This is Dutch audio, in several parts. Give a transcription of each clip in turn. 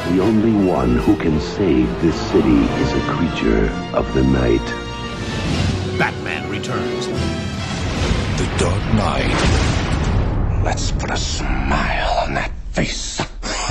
The only one who can save this city is a creature of the night. Batman Returns. The Dark Knight. Let's put a smile on that face.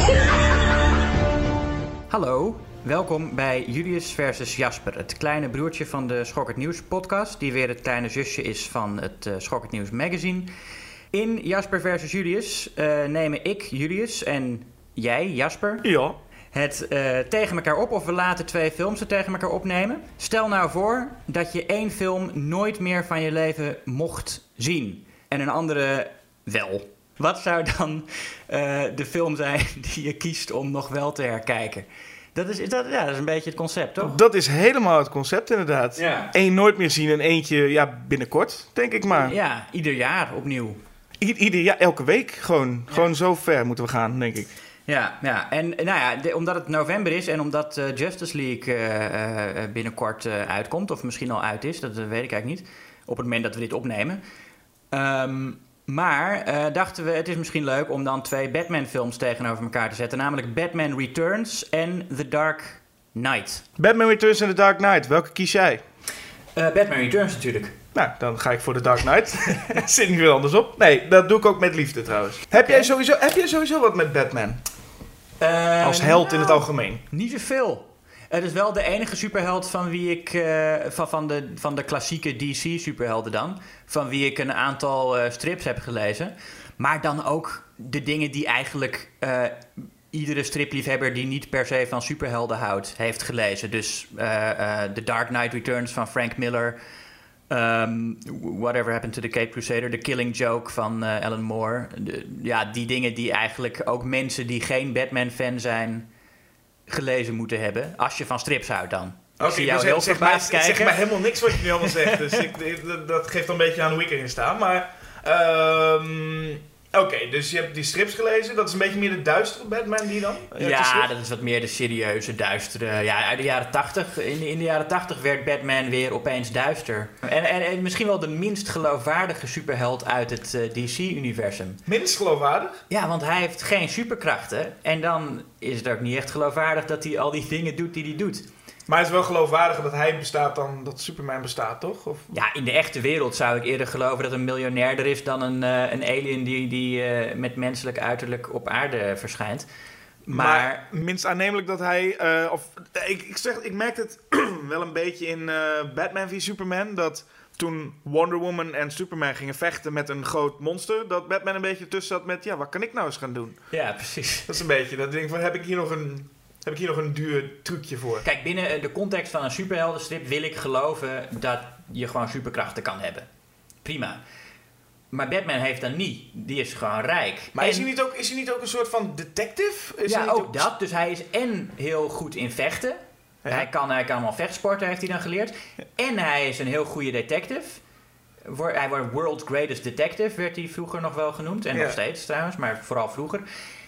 Hallo, welkom bij Julius versus Jasper, het kleine broertje van de Schokkend Nieuws podcast, die weer het kleine zusje is van het Schokkend Nieuws magazine. In Jasper versus Julius nemen ik, Julius, en jij, Jasper, het tegen elkaar op, of we laten twee films er tegen elkaar opnemen. Stel nou voor dat je één film nooit meer van je leven mocht zien en een andere wel. Wat zou dan de film zijn die je kiest om nog wel te herkijken? Dat is een beetje het concept, toch? Dat is helemaal het concept, inderdaad. Ja. Eén nooit meer zien en eentje binnenkort, denk ik maar. Ja, ieder jaar opnieuw. Ieder jaar, elke week gewoon zo ver moeten we gaan, denk ik. Ja. En nou ja, omdat het november is en omdat Justice League binnenkort uitkomt, of misschien al uit is, dat weet ik eigenlijk niet, op het moment dat we dit opnemen. Maar dachten we, het is misschien leuk om dan twee Batman-films tegenover elkaar te zetten. Namelijk Batman Returns en The Dark Knight. Batman Returns en The Dark Knight, welke kies jij? Batman Returns natuurlijk. Nou, dan ga ik voor The Dark Knight. Zit niet veel anders op. Nee, dat doe ik ook met liefde trouwens. Heb jij sowieso wat met Batman? Als held in het algemeen? Niet zoveel. Het is wel de enige superheld van wie ik, van de klassieke DC-superhelden dan, van wie ik een aantal strips heb gelezen. Maar dan ook de dingen die eigenlijk iedere stripliefhebber die niet per se van superhelden houdt, heeft gelezen. Dus The Dark Knight Returns van Frank Miller, Whatever Happened to the Caped Crusader, The Killing Joke van Alan Moore. Die dingen die eigenlijk ook mensen die geen Batman-fan zijn gelezen moeten hebben, als je van strips houdt dan. Oké, zie jou dus heel verbaasd kijken. zeg maar helemaal niks wat je nu allemaal zegt. Dus dat geeft dan een beetje aan hoe ik erin sta. Maar, oké, dus je hebt die strips gelezen. Dat is een beetje meer de duistere Batman die dan? Ja, dat is wat meer de serieuze, duistere. Ja, uit de jaren 80. In de jaren 80 werd Batman weer opeens duister. En misschien wel de minst geloofwaardige superheld uit het DC-universum. Minst geloofwaardig? Ja, want hij heeft geen superkrachten. En dan is het ook niet echt geloofwaardig dat hij al die dingen doet die hij doet. Maar het is wel geloofwaardiger dat hij bestaat dan dat Superman bestaat, toch? Of? Ja, in de echte wereld zou ik eerder geloven dat een miljonair er is dan een alien die met menselijk uiterlijk op aarde verschijnt. Maar minst aannemelijk dat hij... ik merkte het wel een beetje in Batman v Superman, dat toen Wonder Woman en Superman gingen vechten met een groot monster, dat Batman een beetje tussen zat met, wat kan ik nou eens gaan doen? Ja, precies. Dat is een beetje, dat denk ik van, heb ik hier nog een duur trucje voor? Kijk, binnen de context van een superheldenstrip wil ik geloven dat je gewoon superkrachten kan hebben. Prima. Maar Batman heeft dan niet. Die is gewoon rijk. Maar is hij niet ook een soort van detective? Dat. Dus hij is en heel goed in vechten. Ja. Hij kan allemaal vechtsporten, heeft hij dan geleerd. Ja. En hij is een heel goede detective. Hij wordt World's Greatest Detective, werd hij vroeger nog wel genoemd. En nog steeds trouwens, maar vooral vroeger.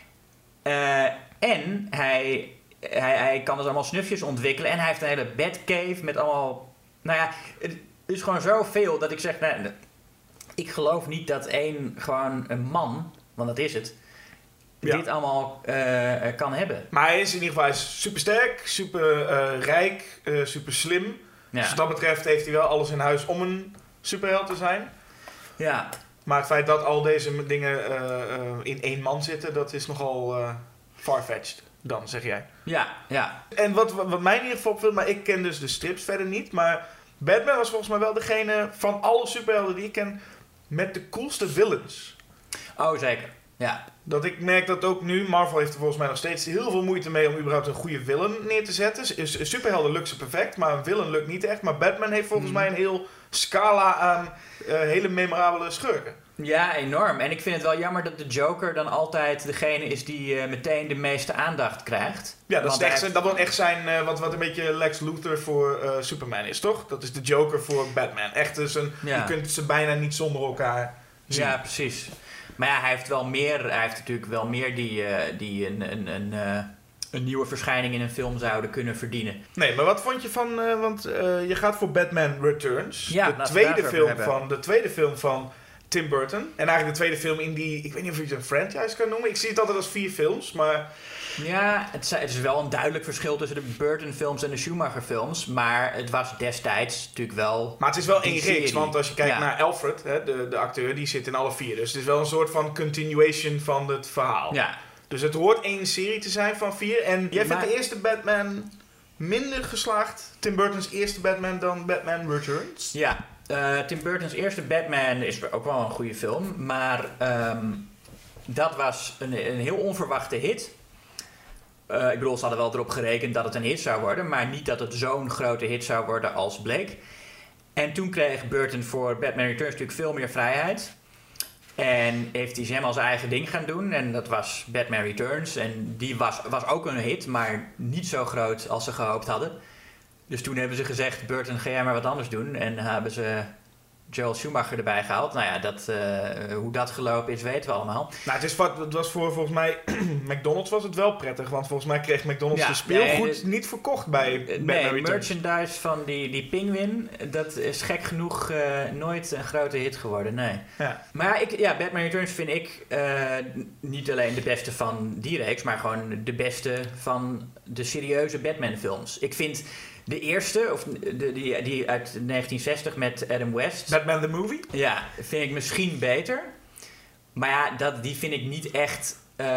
En hij kan dus allemaal snufjes ontwikkelen. En hij heeft een hele Batcave met allemaal... Nou ja, het is gewoon zoveel dat ik zeg... ik geloof niet dat gewoon een man, want dat is het, dit allemaal kan hebben. Maar hij is in ieder geval super sterk, super rijk, super slim. Ja. Dus wat dat betreft heeft hij wel alles in huis om een superheld te zijn. Ja. Maar het feit dat al deze dingen in één man zitten, dat is nogal far-fetched. Dan, zeg jij. Ja. En wat mij in ieder geval opviel, maar ik ken dus de strips verder niet, maar Batman was volgens mij wel degene van alle superhelden die ik ken met de coolste villains. Oh, zeker. Ja. Dat ik merk dat ook nu, Marvel heeft er volgens mij nog steeds heel veel moeite mee om überhaupt een goede villain neer te zetten. Superhelden lukt ze perfect, maar een villain lukt niet echt. Maar Batman heeft volgens mij een heel scala aan hele memorabele schurken. Ja, enorm. En ik vind het wel jammer dat de Joker dan altijd degene is die meteen de meeste aandacht krijgt. Ja, dat wil echt zijn wat een beetje Lex Luthor voor Superman is, toch? Dat is de Joker voor Batman. Echt, je kunt ze bijna niet zonder elkaar zien. Ja, precies. Maar ja, hij heeft natuurlijk wel meer die een nieuwe verschijning in een film zouden kunnen verdienen. Nee, maar wat vond je van... want je gaat voor Batman Returns. Ja, de tweede film van Tim Burton. En eigenlijk de tweede film in die... Ik weet niet of je het een franchise kan noemen. Ik zie het altijd als 4 films, maar... Ja, het is wel een duidelijk verschil tussen de Burton-films en de Schumacher-films. Maar het was destijds natuurlijk wel... Maar het is wel één reeks, serie. want als je kijkt naar Alfred, hè, de acteur, die zit in alle 4. Dus het is wel een soort van continuation van het verhaal. Ja. Dus het hoort 1 serie te zijn van 4. En jij vindt de eerste Batman minder geslaagd, Tim Burton's eerste Batman, dan Batman Returns? Ja, Tim Burton's eerste Batman is ook wel een goede film. Maar dat was een heel onverwachte hit. Ik bedoel, ze hadden wel erop gerekend dat het een hit zou worden, maar niet dat het zo'n grote hit zou worden als bleek. En toen kreeg Burton voor Batman Returns natuurlijk veel meer vrijheid. En heeft hij helemaal zijn eigen ding gaan doen. En dat was Batman Returns. En die was ook een hit, maar niet zo groot als ze gehoopt hadden. Dus toen hebben ze gezegd, Burton, ga jij maar wat anders doen. En hebben ze Joel Schumacher erbij gehaald. Nou ja, hoe dat gelopen is, weten we allemaal. Nou, het was voor volgens mij... McDonald's was het wel prettig. Want volgens mij kreeg McDonald's de speelgoed niet verkocht bij Batman Returns. Merchandise van die pinguïn, dat is gek genoeg nooit een grote hit geworden, nee. Ja. Maar Batman Returns vind ik niet alleen de beste van die reeks, maar gewoon de beste van de serieuze Batman films. Ik vind... De eerste, of die uit 1960 met Adam West. Batman the Movie? Ja, vind ik misschien beter. Maar ja, die vind ik niet echt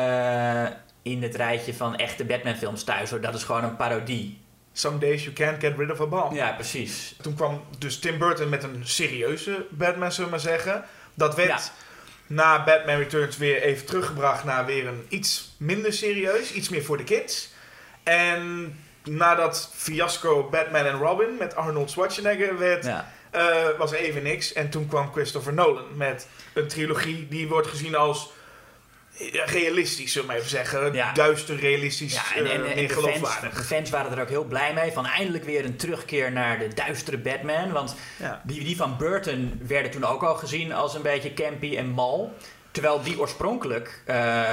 in het rijtje van echte Batman films thuis. Hoor. Dat is gewoon een parodie. Some Days You Can't Get Rid of a Bomb. Ja, precies. Toen kwam dus Tim Burton met een serieuze Batman, zullen we maar zeggen. Dat werd na Batman Returns weer even teruggebracht naar weer een iets minder serieus. Iets meer voor de kids. En... Na dat fiasco Batman en Robin met Arnold Schwarzenegger was er even niks. En toen kwam Christopher Nolan met een trilogie die wordt gezien als realistisch, zullen we even zeggen. Ja. Duister, realistisch, meer geloofwaardig. De fans waren er ook heel blij mee. Van eindelijk weer een terugkeer naar de duistere Batman. Want die van Burton werden toen ook al gezien als een beetje campy en mal. Terwijl die oorspronkelijk...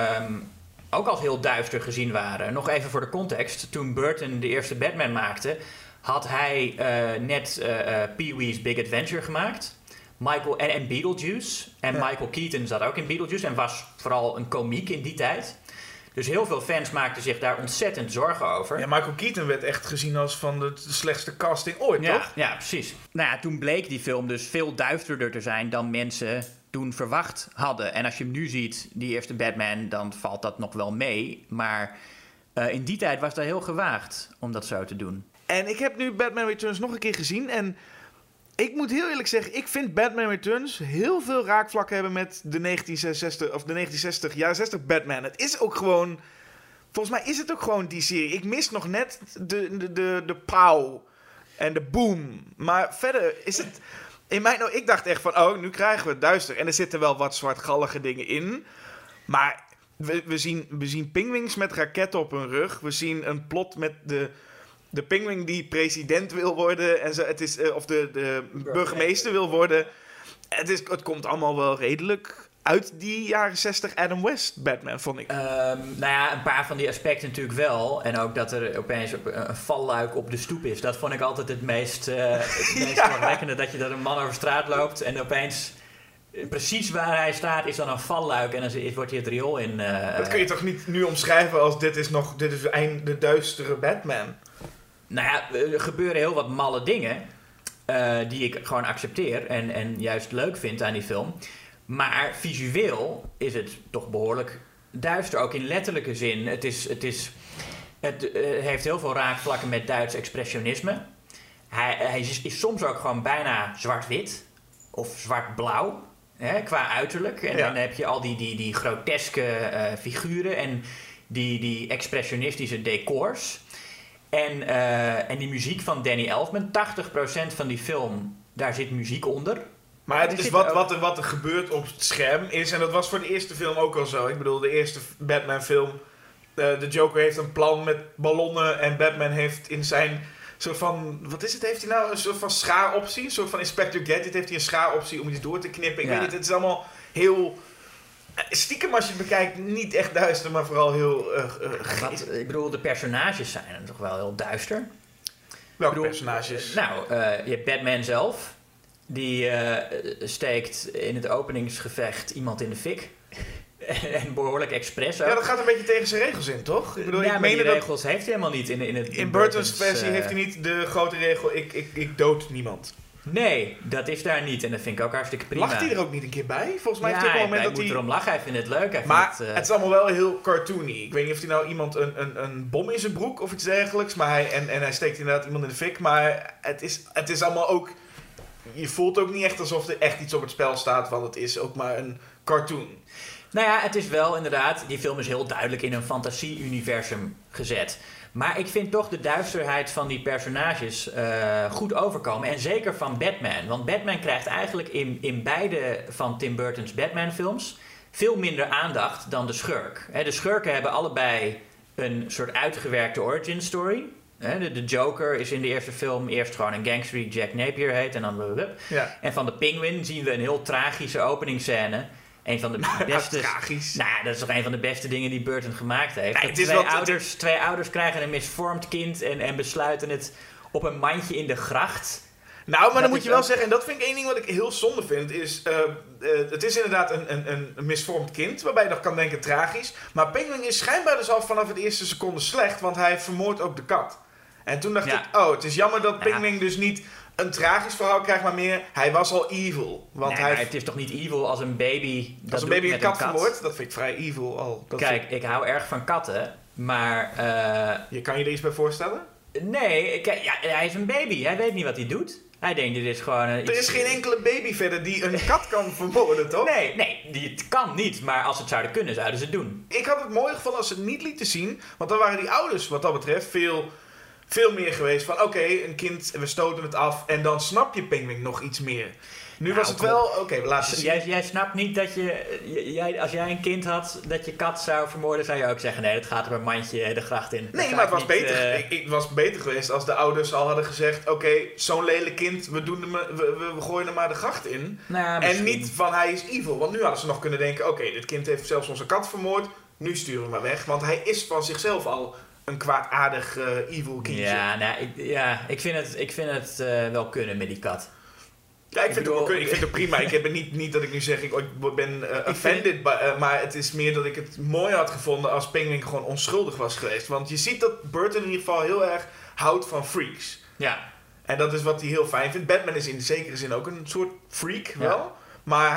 ook als heel duister gezien waren. Nog even voor de context. Toen Burton de eerste Batman maakte... had hij net Pee-wee's Big Adventure gemaakt. En Beetlejuice. En Michael Keaton zat ook in Beetlejuice... en was vooral een komiek in die tijd. Dus heel veel fans maakten zich daar ontzettend zorgen over. Ja, Michael Keaton werd echt gezien als van de slechtste casting ooit, toch? Ja, precies. Nou ja, toen bleek die film dus veel duisterder te zijn... dan mensen... toen verwacht hadden. En als je hem nu ziet, die eerste Batman, dan valt dat nog wel mee. Maar in die tijd was dat heel gewaagd om dat zo te doen. En ik heb nu Batman Returns nog een keer gezien. En ik moet heel eerlijk zeggen, ik vind Batman Returns heel veel raakvlakken hebben met de 1966 of de 1960, jaren 60 Batman. Het is ook gewoon... Volgens mij is het ook gewoon die serie. Ik mis nog net de pauw en de boom. Maar verder is het... Ik dacht echt van, nu krijgen we het duister. En er zitten wel wat zwartgallige dingen in. Maar we zien pinguïns met raketten op hun rug. We zien een plot met de pinguïn die president wil worden. En zo, het is, of de burgemeester wil worden. Het komt allemaal wel redelijk uit die jaren 60 Adam West Batman, vond ik. Een paar van die aspecten natuurlijk wel. En ook dat er opeens een valluik op de stoep is. Dat vond ik altijd het meest lachwekkende. Dat je dat een man over straat loopt en opeens... Precies waar hij staat is dan een valluik en dan wordt hij het riool in... Dat kun je toch niet nu omschrijven als dit is de duistere Batman? Nou ja, er gebeuren heel wat malle dingen... die ik gewoon accepteer en juist leuk vind aan die film... Maar visueel is het toch behoorlijk duister, ook in letterlijke zin. Het heeft heel veel raakvlakken met Duits expressionisme. Hij is soms ook gewoon bijna zwart-wit of zwart-blauw, qua uiterlijk. En dan heb je al die groteske figuren en die expressionistische decors. En die muziek van Danny Elfman, 80% van die film, daar zit muziek onder... Maar het is wat er gebeurt op het scherm is... en dat was voor de eerste film ook al zo. Ik bedoel, de eerste Batman film... de Joker heeft een plan met ballonnen... en Batman heeft in zijn soort van... Wat is het? Heeft hij nou een soort van schaaroptie? Een soort van Inspector Gadget heeft hij een schaaroptie om iets door te knippen. Ik weet niet, het is allemaal heel... Stiekem als je het bekijkt, niet echt duister... maar vooral heel... Ik bedoel, de personages zijn toch wel heel duister. Welke personages? Nou, je hebt Batman zelf... Die steekt in het openingsgevecht iemand in de fik. En behoorlijk expres ook. Ja, dat gaat een beetje tegen zijn regels in, toch? Ik bedoel, maar die regels heeft hij helemaal niet in Burton's versie heeft hij niet de grote regel, ik dood niemand. Nee, dat is daar niet. En dat vind ik ook hartstikke prima. Lacht hij er ook niet een keer bij? Volgens mij heeft hij ook een moment dat hij moet erom lachen. Hij vindt het leuk. Maar het is allemaal wel heel cartoony. Ik weet niet of hij nou iemand een bom in zijn broek of iets dergelijks. Maar hij steekt inderdaad iemand in de fik. Maar het is allemaal ook... Je voelt ook niet echt alsof er echt iets op het spel staat. Want het is ook maar een cartoon. Nou ja, het is wel inderdaad... Die film is heel duidelijk in een fantasie-universum gezet. Maar ik vind toch de duisterheid van die personages goed overkomen. En zeker van Batman. Want Batman krijgt eigenlijk in beide van Tim Burton's Batman-films... veel minder aandacht dan de schurk. De schurken hebben allebei een soort uitgewerkte origin story. De Joker is in de eerste film eerst gewoon een gangster die Jack Napier heet. En dan blablabla. Ja. En van de Penguin zien we een heel tragische openingsscène... Een van de beste. Tragisch. Nou, dat is toch een van de beste dingen die Burton gemaakt heeft. Nee, twee ouders krijgen een misvormd kind en besluiten het op een mandje in de gracht. Nou, maar dan moet je wel zeggen, en dat vind ik één ding wat ik heel zonde vind, is... het is inderdaad een misvormd kind, waarbij je nog kan denken tragisch. Maar Penguin is schijnbaar dus al vanaf de eerste seconde slecht, want hij vermoordt ook de kat. En toen dacht ik, het is jammer dat Penguin dus niet... een tragisch verhaal krijgt, maar meer... Hij was al evil. Want maar het is toch niet evil als een baby... Als een baby een kat vermoordt? Dat vind ik vrij evil al. Ik hou erg van katten, maar... Je kan je er iets bij voorstellen? Nee, hij is een baby. Hij weet niet wat hij doet. Hij denkt, dit is gewoon... Er is geen enkele baby verder die een kat kan vermoorden, toch? Nee, het kan niet. Maar als ze het zouden kunnen, zouden ze het doen. Ik had het mooi gevonden als ze het niet lieten zien. Want dan waren die ouders, wat dat betreft, veel meer geweest van... Oké, een kind, we stoten het af. En dan snap je Penguin nog iets meer. Nu was het wel... Oké, we laten zien. Jij snapt niet dat als jij een kind had... dat je kat zou vermoorden, zou je ook zeggen... Nee, dat gaat er een mandje de gracht in. Nee, maar het was beter. Het was beter geweest als de ouders al hadden gezegd... Oké, zo'n lelijk kind, we gooien hem maar de gracht in. Nou, en niet van hij is evil. Want nu hadden ze nog kunnen denken... Oké, dit kind heeft zelfs onze kat vermoord. Nu sturen we hem maar weg. Want hij is van zichzelf al... een kwaadaardig evil kindje. Ik vind het wel kunnen met die kat. Ja, ik vind het prima. Ik heb niet dat ik nu zeg, ik ben offended. Maar het is meer dat ik het mooi had gevonden als Penguin gewoon onschuldig was geweest. Want je ziet dat Burton in ieder geval heel erg houdt van freaks. Ja. En dat is wat hij heel fijn vindt. Batman is in zekere zin ook een soort freak wel. Maar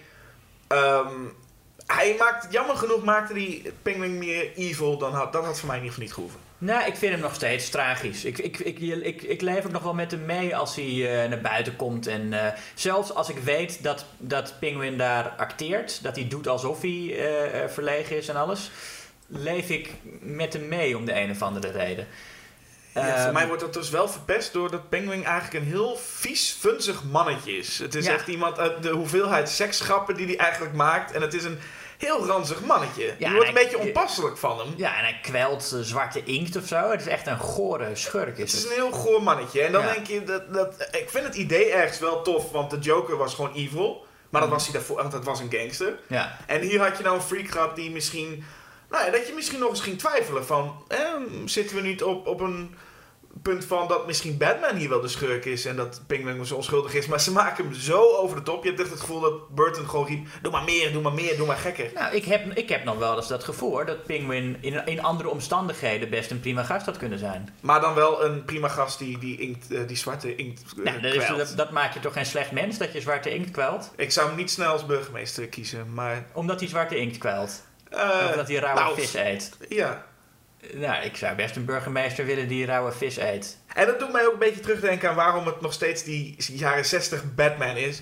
jammer genoeg maakte die Penguin meer evil dan dat had voor mij in ieder geval niet gehoeven. Nou, ik vind hem nog steeds tragisch. Ik leef ook nog wel met hem mee als hij naar buiten komt. En zelfs als ik weet dat Penguin daar acteert, dat hij doet alsof hij verlegen is en alles, leef ik met hem mee om de een of andere reden. Voor mij wordt dat dus wel verpest doordat Penguin eigenlijk een heel vies, vunzig mannetje is. Het is echt iemand, de hoeveelheid seksgrappen die hij eigenlijk maakt. En het is een heel ranzig mannetje. Je wordt een beetje onpasselijk van hem. Ja, en hij kwelt zwarte inkt of zo. Het is echt een gore schurk. Het is een heel goor mannetje. En dan denk je, ik vind het idee ergens wel tof, want de Joker was gewoon evil. Maar dat was hij daarvoor, want dat was een gangster. Ja. En hier had je nou een freak gehad die misschien... Nou ja, dat je misschien nog eens ging twijfelen van... zitten we niet op een punt van dat misschien Batman hier wel de schurk is... en dat Penguin zo onschuldig is. Maar ze maken hem zo over de top. Je hebt echt het gevoel dat Burton gewoon riep... Doe maar meer, doe maar gekker. Nou, ik heb nog wel eens dat gevoel dat Penguin in andere omstandigheden best een prima gast had kunnen zijn. Maar dan wel een prima gast die zwarte inkt kwelt. Dat maakt je toch geen slecht mens dat je zwarte inkt kwelt? Ik zou hem niet snel als burgemeester kiezen, maar... Omdat hij zwarte inkt kwelt? Of dat hij rauwe vis eet? Ja. Nou, ik zou best een burgemeester willen die rauwe vis eet. En dat doet mij ook een beetje terugdenken aan waarom het nog steeds die jaren 60 Batman is.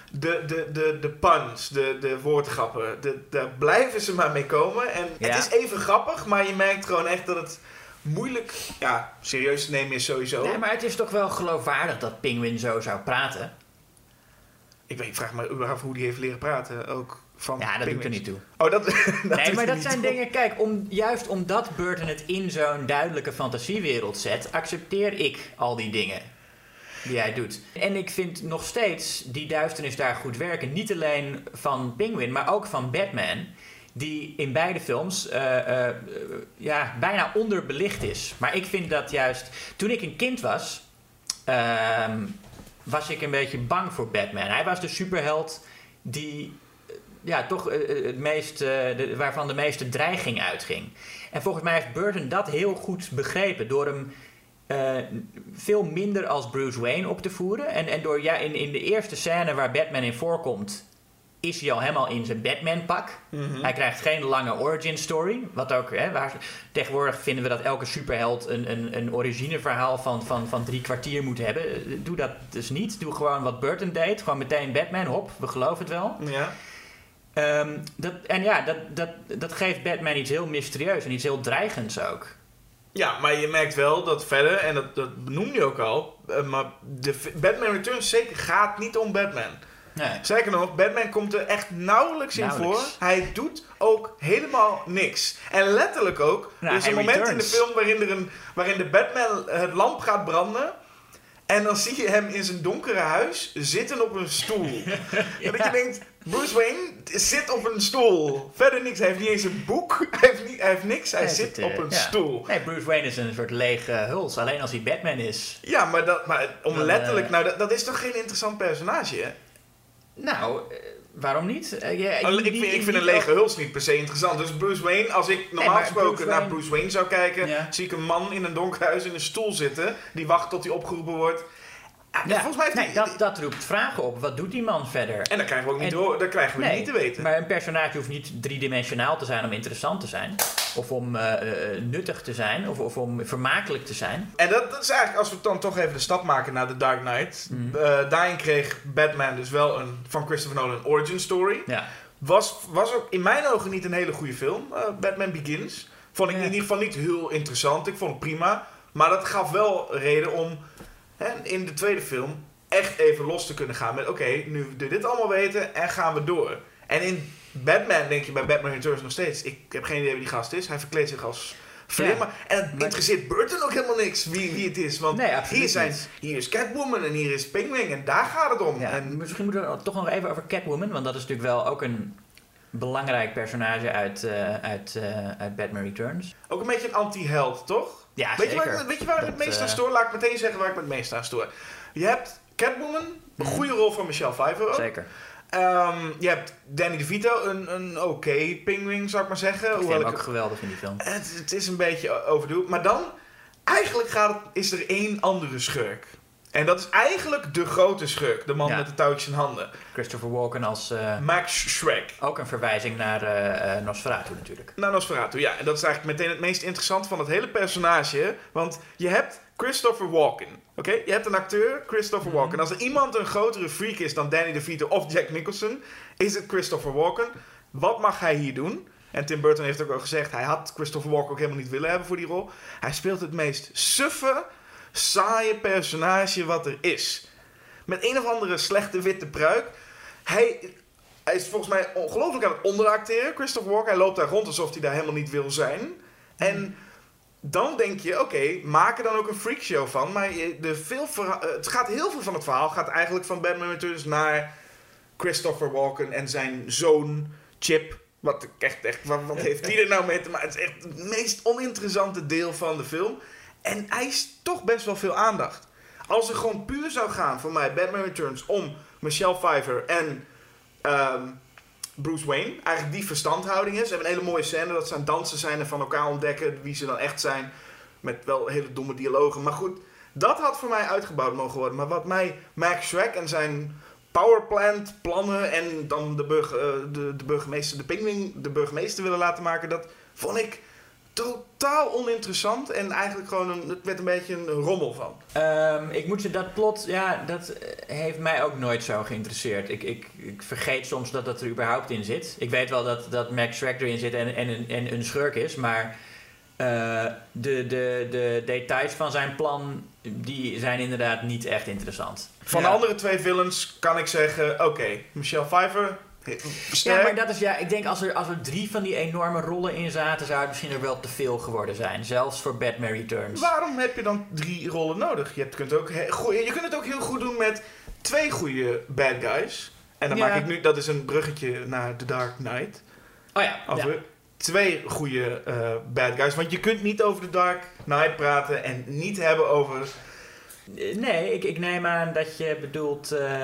De puns, de woordgrappen, daar blijven ze maar mee komen. En het is even grappig, maar je merkt gewoon echt dat het moeilijk serieus te nemen is sowieso. Nee, maar het is toch wel geloofwaardig dat Penguin zo zou praten? Ik vraag me überhaupt hoe die heeft leren praten ook. Dat doet er niet toe. Oh, dat nee, maar dat zijn dingen... Kijk, juist omdat Burton het in zo'n duidelijke fantasiewereld zet... accepteer ik al die dingen die hij doet. En ik vind nog steeds die duisternis daar goed werken. Niet alleen van Penguin, maar ook van Batman... die in beide films bijna onderbelicht is. Maar ik vind dat juist... Toen ik een kind was... was ik een beetje bang voor Batman. Hij was de superheld die toch het meest, waarvan de meeste dreiging uitging. En volgens mij heeft Burton dat heel goed begrepen door hem veel minder als Bruce Wayne op te voeren. En door in de eerste scène waar Batman in voorkomt, is hij al helemaal in zijn Batman-pak. Mm-hmm. Hij krijgt geen lange origin story. Wat ook, tegenwoordig vinden we dat elke superheld een origineverhaal van 3 kwartier moet hebben. Doe dat dus niet. Doe gewoon wat Burton deed. Gewoon meteen Batman, hop, we geloven het wel. Ja. Dat geeft Batman iets heel mysterieus en iets heel dreigends ook. Ja, maar je merkt wel dat verder, en dat benoem je ook al, maar Batman Returns zeker gaat niet om Batman. Nee. Zeker nog, Batman komt er echt nauwelijks in voor. Hij doet ook helemaal niks. En letterlijk ook, er is een moment in de film waarin de Batman het lamp gaat branden. En dan zie je hem in zijn donkere huis zitten op een stoel. En dat je denkt, Bruce Wayne zit op een stoel. Verder niks. Hij heeft niet eens een boek. Hij heeft niks. Hij zit op een stoel. Nee, Bruce Wayne is een soort lege huls. Alleen als hij Batman is. Ja, maar dat is toch geen interessant personage, hè? Nou, waarom niet? Ik vind een lege huls niet per se interessant. Dus Bruce Wayne, als ik normaal gesproken naar Bruce Wayne zou kijken, zie ik een man in een donker huis in een stoel zitten, die wacht tot hij opgeroepen wordt. Volgens mij dat roept vragen op. Wat doet die man verder? En dat krijgen we ook niet te weten. Maar een personage hoeft niet driedimensionaal te zijn om interessant te zijn. Of om nuttig te zijn. Of om vermakelijk te zijn. En dat is eigenlijk, als we dan toch even de stap maken naar The Dark Knight. Daarin kreeg Batman dus wel van Christopher Nolan een origin story. Ja. Was ook in mijn ogen niet een hele goede film. Batman Begins. Vond ik in ieder geval niet heel interessant. Ik vond het prima. Maar dat gaf wel reden om in de tweede film echt even los te kunnen gaan met oké, nu we dit allemaal weten en gaan we door. En in Batman denk je bij Batman Returns nog steeds, ik heb geen idee wie die gast is. Hij verkleedt zich als Flimmer. En het interesseert Burton ook helemaal niks wie het is. Want hier is Catwoman en hier is Penguin en daar gaat het om. Ja, en misschien moeten we het toch nog even over Catwoman, want dat is natuurlijk wel ook een belangrijk personage uit Batman Returns. Ook een beetje een anti-held, toch? Ja, weet zeker. Weet je waar ik het meest aan stoor? Laat ik meteen zeggen waar ik me het meest aan stoor. Je hebt Catwoman, een goede rol van Michelle Pfeiffer ook. Zeker. Je hebt Danny DeVito, een oké Penguin, zou ik maar zeggen. Ik vind hem ook geweldig in die film. Het is een beetje overdoen. Maar dan, eigenlijk is er één andere schurk. En dat is eigenlijk de grote schurk. De man met de touwtjes in handen. Christopher Walken als Max Schreck. Ook een verwijzing naar Nosferatu natuurlijk. Naar Nosferatu, ja. En dat is eigenlijk meteen het meest interessante van het hele personage. Want je hebt Christopher Walken. Oké? Je hebt een acteur, Christopher Walken. En als er iemand een grotere freak is dan Danny DeVito of Jack Nicholson, is het Christopher Walken. Wat mag hij hier doen? En Tim Burton heeft ook al gezegd, hij had Christopher Walken ook helemaal niet willen hebben voor die rol. Hij speelt het meest suffe, saaie personage wat er is. Met een of andere slechte witte pruik. Hij is volgens mij ongelooflijk aan het onderacteren, Christopher Walken. Hij loopt daar rond alsof hij daar helemaal niet wil zijn. En dan denk je, oké, maak er dan ook een freakshow van. Maar het gaat heel veel van het verhaal gaat eigenlijk van Batman Returns naar Christopher Walken en zijn zoon Chip. Wat heeft die er nou mee te maken? Het is echt het meest oninteressante deel van de film. En hij is toch best wel veel aandacht. Als er gewoon puur zou gaan voor mij Batman Returns om Michelle Pfeiffer en Bruce Wayne. Eigenlijk die verstandhouding is. We hebben een hele mooie scène dat ze aan het dansen zijn en van elkaar ontdekken wie ze dan echt zijn. Met wel hele domme dialogen. Maar goed, dat had voor mij uitgebouwd mogen worden. Maar wat mij Max Schreck en zijn powerplant plannen en dan de burgemeester, de Penguin, de burgemeester willen laten maken, dat vond ik totaal oninteressant en eigenlijk gewoon het werd een beetje een rommel van. Ik moet zeggen, dat plot, dat heeft mij ook nooit zo geïnteresseerd. Ik vergeet soms dat er überhaupt in zit. Ik weet wel dat Max Schreck erin zit en een schurk is, maar de details van zijn plan, die zijn inderdaad niet echt interessant. Van de andere twee villains kan ik zeggen, oké, Michelle Pfeiffer, sterk. Ja, maar dat is, ik denk als er 3 van die enorme rollen in zaten, zou het misschien ook wel te veel geworden zijn. Zelfs voor Batman Returns. Waarom heb je dan 3 rollen nodig? Je kunt het ook heel goed doen met 2 goede bad guys. En dan maak ik nu, dat is een bruggetje naar The Dark Knight. Oh ja. Over 2 goede bad guys. Want je kunt niet over The Dark Knight praten en niet hebben over Nee, ik neem aan dat je bedoelt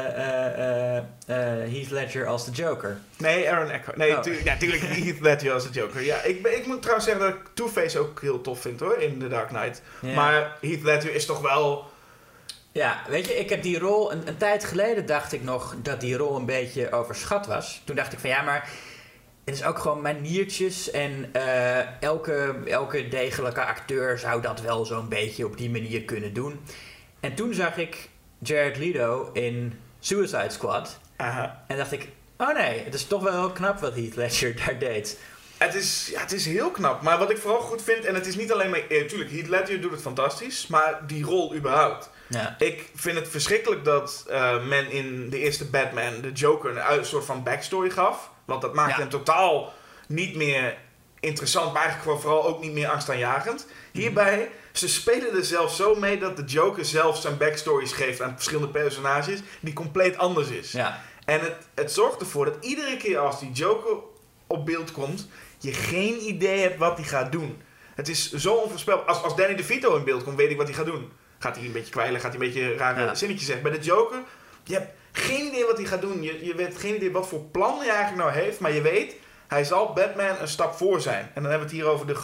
Heath Ledger als de Joker. Nee, Aaron Eckhart. Nee, natuurlijk Heath Ledger als de Joker. Ja, ik moet trouwens zeggen dat ik Two-Face ook heel tof vind hoor, in The Dark Knight. Ja. Maar Heath Ledger is toch wel... Ja, weet je, ik heb die rol... Een tijd geleden dacht ik nog dat die rol een beetje overschat was. Toen dacht ik van ja, maar... Het is ook gewoon maniertjes en elke degelijke acteur zou dat wel zo'n beetje op die manier kunnen doen. En toen zag ik Jared Leto in Suicide Squad. Aha. En dacht ik, oh nee, het is toch wel heel knap wat Heath Ledger daar deed. Het is heel knap, maar wat ik vooral goed vind, en het is niet alleen maar... Natuurlijk, Heath Ledger doet het fantastisch, maar die rol überhaupt. Ja. Ik vind het verschrikkelijk dat men in de eerste Batman de Joker een soort van backstory gaf. Want dat maakt hem totaal niet meer interessant, maar eigenlijk vooral ook niet meer angstaanjagend. Hierbij, ze spelen er zelfs zo mee dat de Joker zelf zijn backstories geeft aan verschillende personages die compleet anders is. Ja. En het zorgt ervoor dat iedere keer als die Joker op beeld komt, je geen idee hebt wat hij gaat doen. Het is zo onvoorspelbaar. Als Danny DeVito in beeld komt, weet ik wat hij gaat doen. Gaat hij een beetje kwijlen, gaat hij een beetje rare zinnetjes zeggen. Bij de Joker, je hebt geen idee wat hij gaat doen. Je weet geen idee wat voor plan hij eigenlijk nou heeft. Maar je weet, hij zal Batman een stap voor zijn. En dan hebben we het hier over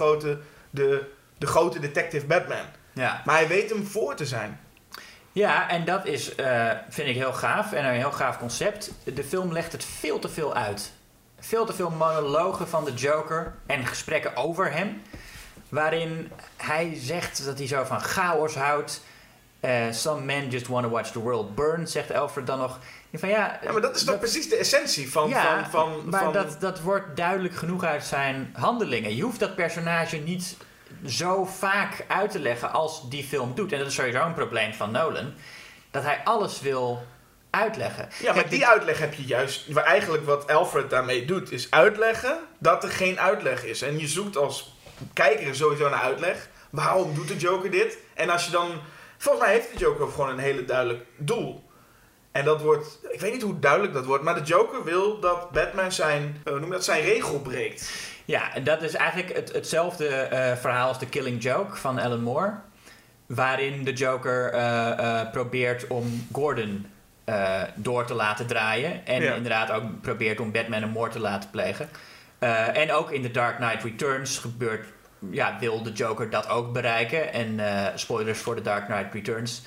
de grote detective Batman. Ja. Maar hij weet hem voor te zijn. Ja, en dat is, vind ik heel gaaf. En een heel gaaf concept. De film legt het veel te veel uit. Veel te veel monologen van de Joker en gesprekken over hem. Waarin hij zegt dat hij zo van chaos houdt. Some men just want to watch the world burn, zegt Alfred dan nog. Van, ja, maar dat is toch precies de essentie van... maar dat wordt duidelijk genoeg uit zijn handelingen. Je hoeft dat personage niet zo vaak uit te leggen als die film doet. En dat is sowieso een probleem van Nolan. Dat hij alles wil uitleggen. Ja, maar die uitleg heb je juist... Eigenlijk wat Alfred daarmee doet, is uitleggen dat er geen uitleg is. En je zoekt als kijker sowieso naar uitleg. Waarom doet de Joker dit? En als je dan... Volgens mij heeft de Joker gewoon een hele duidelijk doel. En dat wordt... Ik weet niet hoe duidelijk dat wordt, maar de Joker wil dat Batman zijn regel breekt. Ja, en dat is eigenlijk hetzelfde verhaal als The Killing Joke van Alan Moore. Waarin de Joker probeert om Gordon door te laten draaien. En inderdaad ook probeert om Batman een moord te laten plegen. En ook in The Dark Knight Returns wil de Joker dat ook bereiken. En spoilers voor The Dark Knight Returns.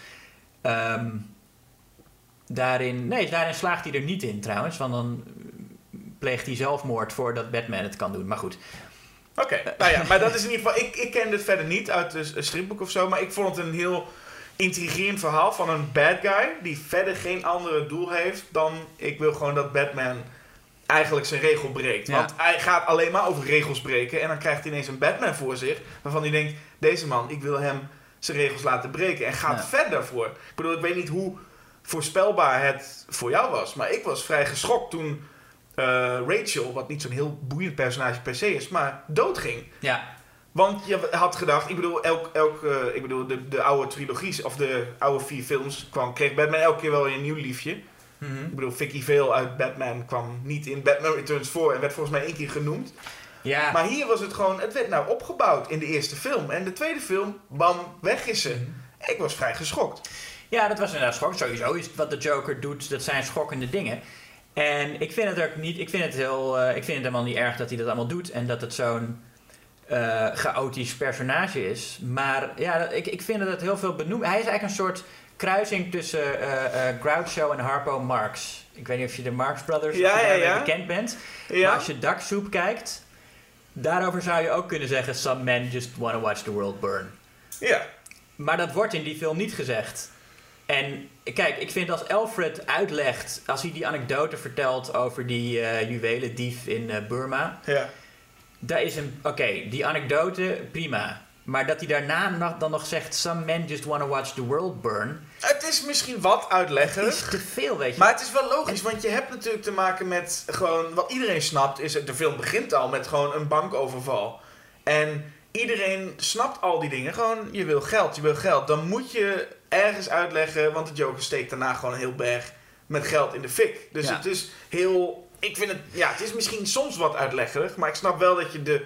Daarin slaagt hij er niet in trouwens. Want dan pleegt hij zelfmoord voordat Batman het kan doen. Maar goed. Oké, nou ja, maar dat is in ieder geval... Ik ken dit verder niet uit een stripboek of zo. Maar ik vond het een heel intrigerend verhaal van een bad guy. Die verder geen andere doel heeft dan... Ik wil gewoon dat Batman eigenlijk zijn regel breekt. Ja. Want hij gaat alleen maar over regels breken. En dan krijgt hij ineens een Batman voor zich. Waarvan hij denkt, deze man, ik wil hem zijn regels laten breken. En gaat verder voor. Ik bedoel, ik weet niet hoe voorspelbaar het voor jou was. Maar ik was vrij geschokt toen Rachel, wat niet zo'n heel boeiend personage per se is, maar doodging. Ja. Want je had gedacht, ik bedoel, de oude trilogies, of de oude 4 films, kreeg Batman elke keer wel weer een nieuw liefje. Mm-hmm. Ik bedoel, Vicky Vale uit Batman kwam niet in Batman Returns voor en werd volgens mij 1 keer genoemd. Ja. Maar hier was het gewoon, het werd nou opgebouwd in de eerste film. En de tweede film, bam, weg is ze. Mm-hmm. Ik was vrij geschokt. Ja, dat was inderdaad schokkend. Sowieso is wat de Joker doet, dat zijn schokkende dingen. En ik vind het ook niet, ik vind het helemaal niet erg dat hij dat allemaal doet en dat het zo'n chaotisch personage is. Maar ja, ik vind dat het heel veel benoemt. Hij is eigenlijk een soort kruising tussen Groucho en Harpo Marx. Ik weet niet of je de Marx Brothers bekend bent. Ja. Maar als je Daksoep kijkt, daarover zou je ook kunnen zeggen, some men just want to watch the world burn. Ja. Maar dat wordt in die film niet gezegd. En kijk, ik vind als Alfred uitlegt, als hij die anekdote vertelt over die juwelendief in Burma. Ja. Daar is die anekdote, prima. Maar dat hij daarna dan nog zegt, some men just want to watch the world burn. Het is misschien wat uitleggerig. Het is te veel, weet je. Maar het is wel logisch, want je hebt natuurlijk te maken met gewoon, wat iedereen snapt, is de film begint al met gewoon een bankoverval. En iedereen snapt al die dingen. Gewoon, je wil geld. Dan moet je ergens uitleggen, want de Joker steekt daarna gewoon een heel berg met geld in de fik. Dus het is heel... Ik vind het... Ja, het is misschien soms wat uitleggerig, maar ik snap wel dat je de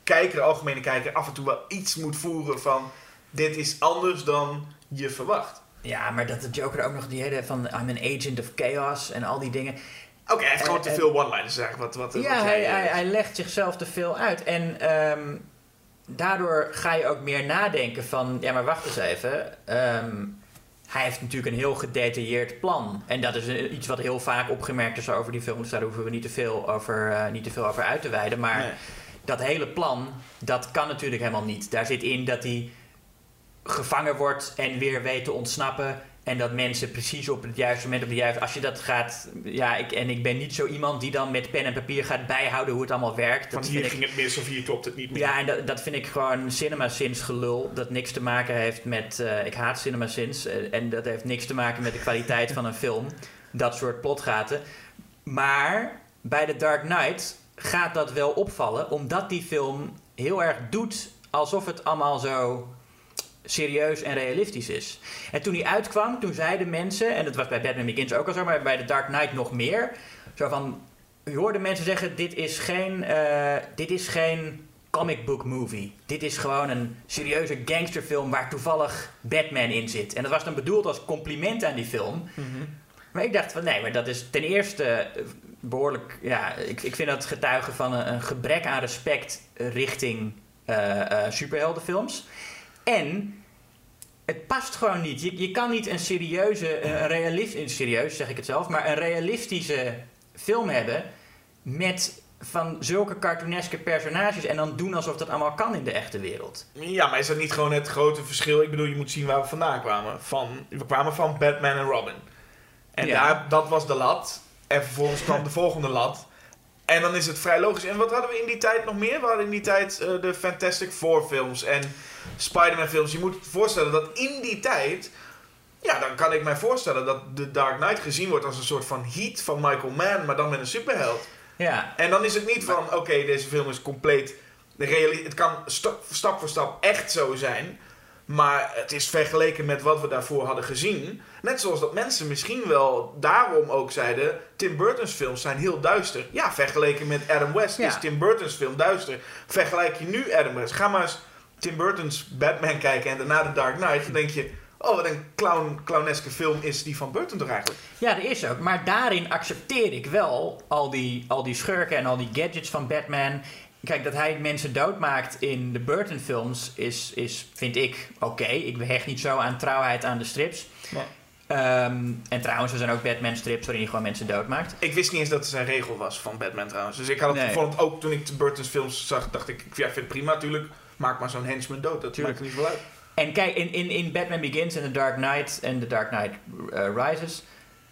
algemene kijker, af en toe wel iets moet voeren van, dit is anders dan je verwacht. Ja, maar dat de Joker ook nog die hele van I'm an agent of chaos en al die dingen. Oké, hij heeft gewoon te veel one-liners eigenlijk. Hij legt zichzelf te veel uit. En daardoor ga je ook meer nadenken van... Ja, maar wacht eens even. Hij heeft natuurlijk een heel gedetailleerd plan. En dat is iets wat heel vaak opgemerkt is over die film. Dus daar hoeven we niet te veel over uit te wijden. Maar dat hele plan, dat kan natuurlijk helemaal niet. Daar zit in dat hij gevangen wordt en weer weet te ontsnappen... En dat mensen precies op het juiste moment, als je dat gaat... Ja, ik ben niet zo iemand die dan met pen en papier gaat bijhouden hoe het allemaal werkt. Van hier ging het mis of hier klopt het niet meer. Ja, en dat vind ik gewoon CinemaSins gelul. Dat niks te maken heeft met... ik haat CinemaSins. En dat heeft niks te maken met de kwaliteit van een film. Dat soort plotgaten. Maar bij The Dark Knight gaat dat wel opvallen. Omdat die film heel erg doet alsof het allemaal zo... serieus en realistisch is. En toen hij uitkwam, toen zeiden mensen... en dat was bij Batman Begins ook al zo... maar bij The Dark Knight nog meer... zo van... je hoorde mensen zeggen... dit is geen comic book movie. Dit is gewoon een serieuze gangsterfilm... waar toevallig Batman in zit. En dat was dan bedoeld als compliment aan die film. Mm-hmm. Maar ik dacht van... nee, maar dat is ten eerste behoorlijk... ja, ik vind dat getuigen van een gebrek aan respect... richting superheldenfilms... En het past gewoon niet. Je kan niet een serieus zeg ik het zelf, maar een realistische film hebben met van zulke cartooneske personages en dan doen alsof dat allemaal kan in de echte wereld. Ja, maar is dat niet gewoon het grote verschil? Ik bedoel, je moet zien waar we vandaan kwamen. We kwamen van Batman en Robin. En dat was de lat. En vervolgens kwam de volgende lat. En dan is het vrij logisch. En wat hadden we in die tijd nog meer? We hadden in die tijd de Fantastic Four films en Spider-Man films. Je moet je voorstellen dat in die tijd... Ja, dan kan ik mij voorstellen dat The Dark Knight gezien wordt als een soort van Heat van Michael Mann, maar dan met een superheld. Ja. En dan is het niet van, oké, deze film is compleet... Het kan stap voor stap echt zo zijn... Maar het is vergeleken met wat we daarvoor hadden gezien. Net zoals dat mensen misschien wel daarom ook zeiden... Tim Burton's films zijn heel duister. Ja, vergeleken met Adam West is Tim Burton's film duister. Vergelijk je nu Adam West. Ga maar eens Tim Burton's Batman kijken en daarna The Dark Knight. Dan denk je, oh, wat een clowneske film is die van Burton toch eigenlijk? Ja, dat is ook. Maar daarin accepteer ik wel al die schurken en al die gadgets van Batman... Kijk, dat hij mensen doodmaakt in de Burton-films is vind ik oké. Ik hecht niet zo aan trouwheid aan de strips. Ja. En trouwens, er zijn ook Batman-strips waarin hij gewoon mensen doodmaakt. Ik wist niet eens dat het zijn regel was van Batman trouwens. Dus ik vond het ook toen ik de Burton's films zag, dacht ik vind het prima natuurlijk. Maak maar zo'n henchman dood, dat maakt er niet veel uit. En kijk, in Batman Begins en The Dark Knight en The Dark Knight Rises...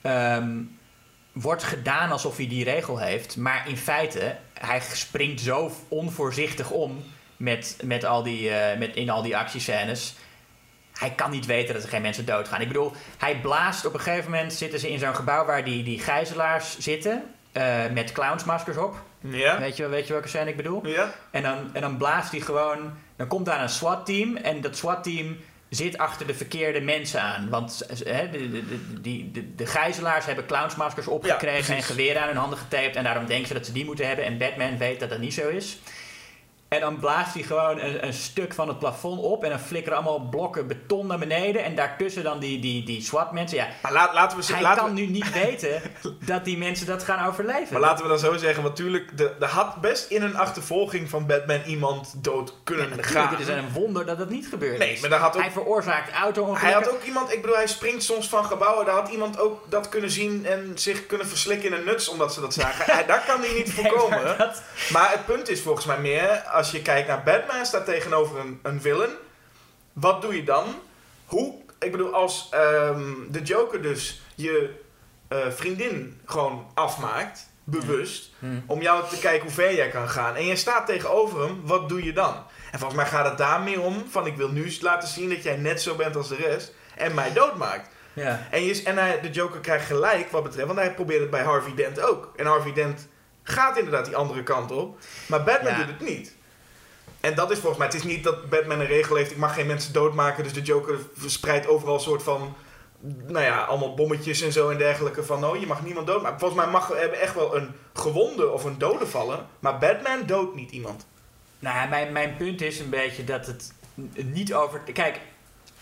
wordt gedaan alsof hij die regel heeft. Maar in feite, hij springt zo onvoorzichtig om in al die actiescènes. Hij kan niet weten dat er geen mensen doodgaan. Ik bedoel, hij blaast op een gegeven moment... zitten ze in zo'n gebouw waar die gijzelaars zitten... met clownsmaskers op. Ja. Weet je welke scène ik bedoel? Ja. En dan blaast hij gewoon... Dan komt daar een SWAT-team en dat SWAT-team... zit achter de verkeerde mensen aan. Want de gijzelaars hebben clownsmaskers opgekregen... en geweren aan hun handen getaped... en daarom denken ze dat ze die moeten hebben... en Batman weet dat dat niet zo is. En dan blaast hij gewoon een stuk van het plafond op... en dan flikkeren allemaal blokken beton naar beneden... en daartussen dan die SWAT-mensen. Ja, maar hij kan nu niet weten dat die mensen dat gaan overleven. Maar laten we dan zo zeggen... want natuurlijk, er had best in een achtervolging van Batman... iemand dood kunnen gaan. Het is een wonder dat het niet gebeurd is. Maar hij veroorzaakt auto-ongelukken. Hij had ook iemand... Ik bedoel, hij springt soms van gebouwen... daar had iemand ook dat kunnen zien... en zich kunnen verslikken in een nuts... omdat ze dat zagen. Daar kan hij niet voorkomen. Maar het punt is volgens mij meer... als je kijkt naar Batman, staat tegenover een villain. Wat doe je dan? Ik bedoel, als de Joker dus je vriendin gewoon afmaakt, bewust, om jou te kijken hoe ver jij kan gaan. En jij staat tegenover hem, wat doe je dan? En volgens mij gaat het daar meer om, van ik wil nu laten zien dat jij net zo bent als de rest en mij doodmaakt. Ja. De Joker krijgt gelijk wat betreft, want hij probeert het bij Harvey Dent ook. En Harvey Dent gaat inderdaad die andere kant op, maar Batman doet het niet. En dat is volgens mij, het is niet dat Batman een regel heeft, ik mag geen mensen doodmaken, dus de Joker verspreidt overal een soort van, allemaal bommetjes en zo en dergelijke van, je mag niemand doodmaken. Volgens mij mag er echt wel een gewonde of een dode vallen, maar Batman doodt niet iemand. Nou ja, mijn punt is een beetje dat het niet over... Kijk,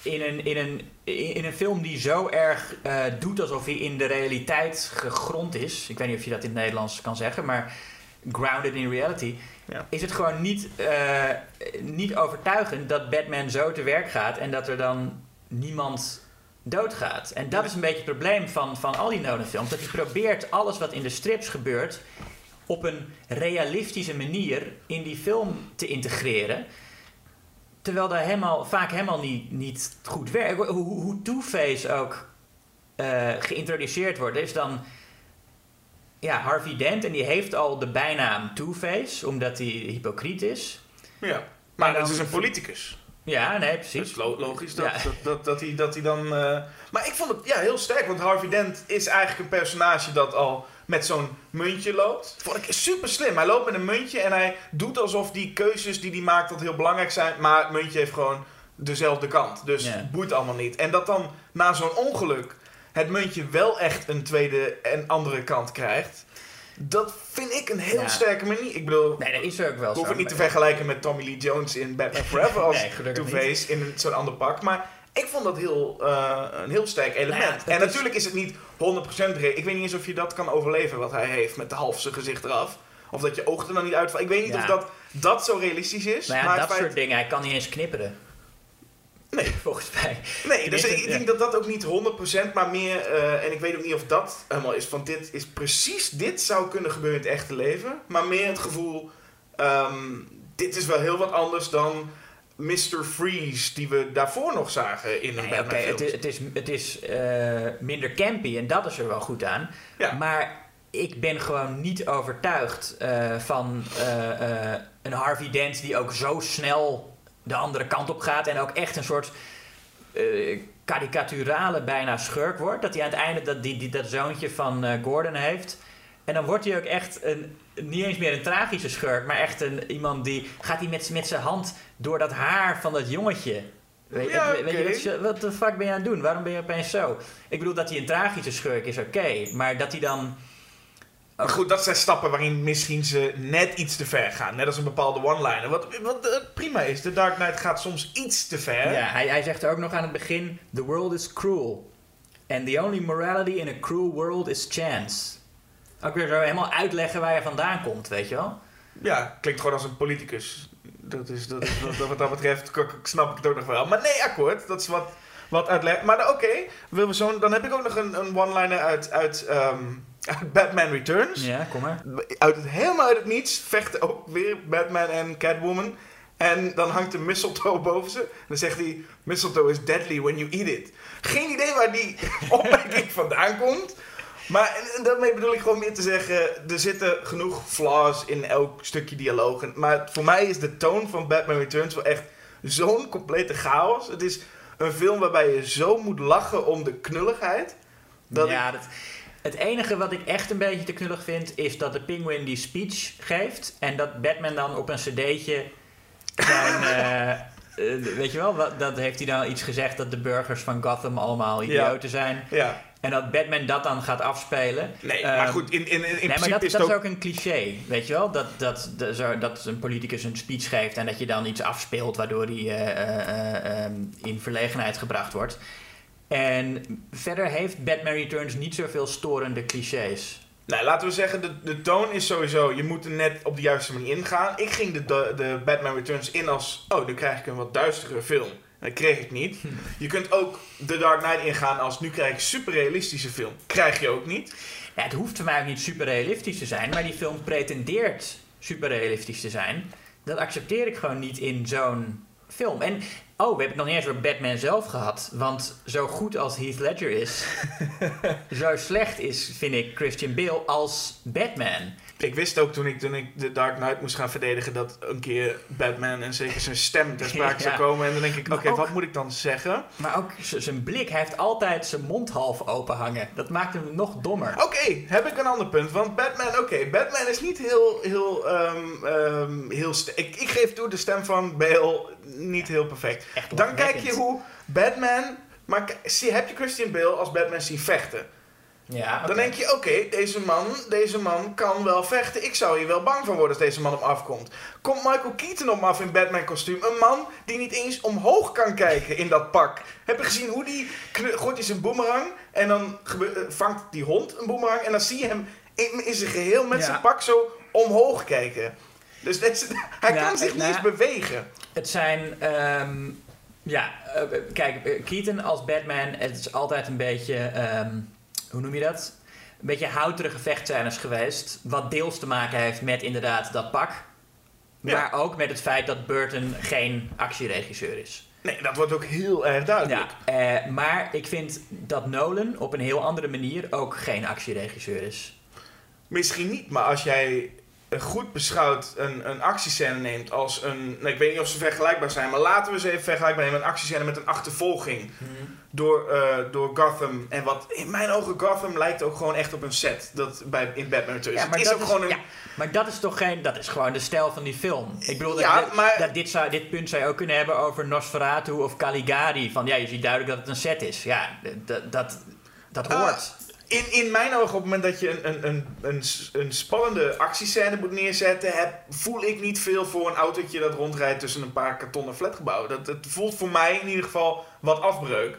in een film die zo erg doet alsof hij in de realiteit gegrond is. Ik weet niet of je dat in het Nederlands kan zeggen, maar grounded in reality. Ja. Is het gewoon niet overtuigend dat Batman zo te werk gaat en dat er dan niemand doodgaat. En dat is een beetje het probleem van al die Nolan-films. Dat hij probeert alles wat in de strips gebeurt op een realistische manier in die film te integreren. Terwijl dat vaak helemaal niet goed werkt. Hoe Two-Face ook geïntroduceerd wordt, is dan Harvey Dent. En die heeft al de bijnaam Two-Face, omdat hij hypocriet is. Ja, maar het is een politicus. Ja, nee, precies. Het is logisch dat hij dan... Maar ik vond het heel sterk, want Harvey Dent is eigenlijk een personage dat al met zo'n muntje loopt. Vond ik super slim. Hij loopt met een muntje en hij doet alsof die keuzes die hij maakt dat heel belangrijk zijn. Maar het muntje heeft gewoon dezelfde kant. Dus het boeit allemaal niet. En dat dan na zo'n ongeluk het muntje wel echt een tweede en andere kant krijgt. Dat vind ik een heel sterke manier. Ik bedoel, nee, dat is ook wel ik hoef zo. het niet te vergelijken met Tommy Lee Jones in Batman Forever als Two-Face in zo'n ander pak. Maar ik vond dat een heel sterk element. En natuurlijk is het niet 100% ik weet niet eens of je dat kan overleven wat hij heeft met half zijn gezicht eraf. Of dat je oog er dan niet uitvalt. Ik weet niet of dat zo realistisch is. Nou ja, maar dat soort dingen. Hij kan niet eens knipperen. Nee. Volgens mij. Nee, dus ik denk dat dat ook niet 100%, maar meer... en ik weet ook niet of dat helemaal is van dit zou kunnen gebeuren in het echte leven. Maar meer het gevoel, dit is wel heel wat anders dan Mr. Freeze die we daarvoor nog zagen in een Batman film. Het is minder campy en dat is er wel goed aan. Ja. Maar ik ben gewoon niet overtuigd van een Harvey Dent die ook zo snel de andere kant op gaat en ook echt een soort karikaturale bijna schurk wordt. Dat hij aan het einde dat zoontje van Gordon heeft. En dan wordt hij ook echt niet eens meer een tragische schurk, maar echt iemand die gaat hij met zijn hand door dat haar van dat jongetje. Weet je, wat de fuck ben je aan het doen? Waarom ben je opeens zo? Ik bedoel, dat hij een tragische schurk is oké, maar dat hij dan... Maar goed, dat zijn stappen waarin misschien ze net iets te ver gaan. Net als een bepaalde one-liner. Wat prima is. The Dark Knight gaat soms iets te ver. Ja, hij zegt er ook nog aan het begin... The world is cruel. And the only morality in a cruel world is chance. Ook weer zo helemaal uitleggen waar je vandaan komt, weet je wel? Ja, klinkt gewoon als een politicus. Wat dat betreft snap ik het ook nog wel. Maar nee, akkoord. Dat is wat uitleg. Maar oké, dan heb ik ook nog een one-liner uit Batman Returns. Ja, kom maar. Helemaal uit het niets vechten ook weer Batman en Catwoman. En dan hangt een mistletoe boven ze. En dan zegt hij, mistletoe is deadly when you eat it. Geen idee waar die opmerking vandaan komt. Maar en daarmee bedoel ik gewoon meer te zeggen, er zitten genoeg flaws in elk stukje dialoog. Maar voor mij is de toon van Batman Returns wel echt zo'n complete chaos. Het is een film waarbij je zo moet lachen om de knulligheid. Het enige wat ik echt een beetje te knullig vind, is dat de Penguin die speech geeft. En dat Batman dan op een cd'tje zijn... weet je wel, dat heeft hij dan iets gezegd dat de burgers van Gotham allemaal idioten zijn. Ja. En dat Batman dat dan gaat afspelen. Nee, maar goed, in principe maar dat is is ook een cliché, weet je wel? Dat een politicus een speech geeft en dat je dan iets afspeelt waardoor hij in verlegenheid gebracht wordt. En verder heeft Batman Returns niet zoveel storende clichés. Nou, laten we zeggen, de toon is sowieso, je moet er net op de juiste manier ingaan. Ik ging de Batman Returns in als, nu krijg ik een wat duistere film. En dat kreeg ik niet. Je kunt ook The Dark Knight ingaan als, nu krijg ik een super realistische film. Krijg je ook niet. Ja, het hoeft voor mij ook niet super realistisch te zijn, maar die film pretendeert super realistisch te zijn. Dat accepteer ik gewoon niet in zo'n film. En, we hebben het nog niet eens over Batman zelf gehad. Want zo goed als Heath Ledger is, zo slecht is, vind ik, Christian Bale als Batman. Ik wist ook toen ik The Dark Knight moest gaan verdedigen dat een keer Batman en zeker zijn stem ter sprake zou komen. En dan denk ik, wat moet ik dan zeggen? Maar ook zijn blik, hij heeft altijd zijn mond half open hangen. Dat maakt hem nog dommer. Oké, heb ik een ander punt. Want Batman is niet heel ik geef toe, de stem van Bale niet heel perfect. Dan kijk je hoe Batman... Maar heb je Christian Bale als Batman zien vechten? Ja, okay. Dan denk je, oké, deze man kan wel vechten. Ik zou hier wel bang van worden als deze man op afkomt. Komt Michael Keaton op af in Batman kostuum. Een man die niet eens omhoog kan kijken in dat pak. Heb je gezien hoe die gooit hij zijn boemerang en dan vangt die hond een boemerang en dan zie je hem in zijn geheel met zijn pak zo omhoog kijken. Dus hij kan zich niet eens bewegen. Het zijn... kijk, Keaton als Batman, het is altijd een beetje... hoe noem je dat? Een beetje houterige vechtscènes geweest. Wat deels te maken heeft met inderdaad dat pak. Ja. Maar ook met het feit dat Burton geen actieregisseur is. Nee, dat wordt ook heel erg duidelijk. Ja, maar ik vind dat Nolan op een heel andere manier ook geen actieregisseur is. Misschien niet, maar als jij goed beschouwd een actiescène neemt als een... Nou, ik weet niet of ze vergelijkbaar zijn, maar laten we ze even vergelijkbaar nemen. Een actiescène met een achtervolging door Gotham. En wat in mijn ogen Gotham lijkt ook gewoon echt op een set in Batman Returns. Ja, maar het is ook gewoon een... maar dat is toch geen... Dat is gewoon de stijl van die film. Ik bedoel, dit punt zou je ook kunnen hebben over Nosferatu of Caligari. Van ja, je ziet duidelijk dat het een set is. Ja, dat hoort. In mijn ogen, op het moment dat je een spannende actiescène moet neerzetten, voel ik niet veel voor een autootje dat rondrijdt tussen een paar kartonnen flatgebouwen. Het voelt voor mij in ieder geval wat afbreuk.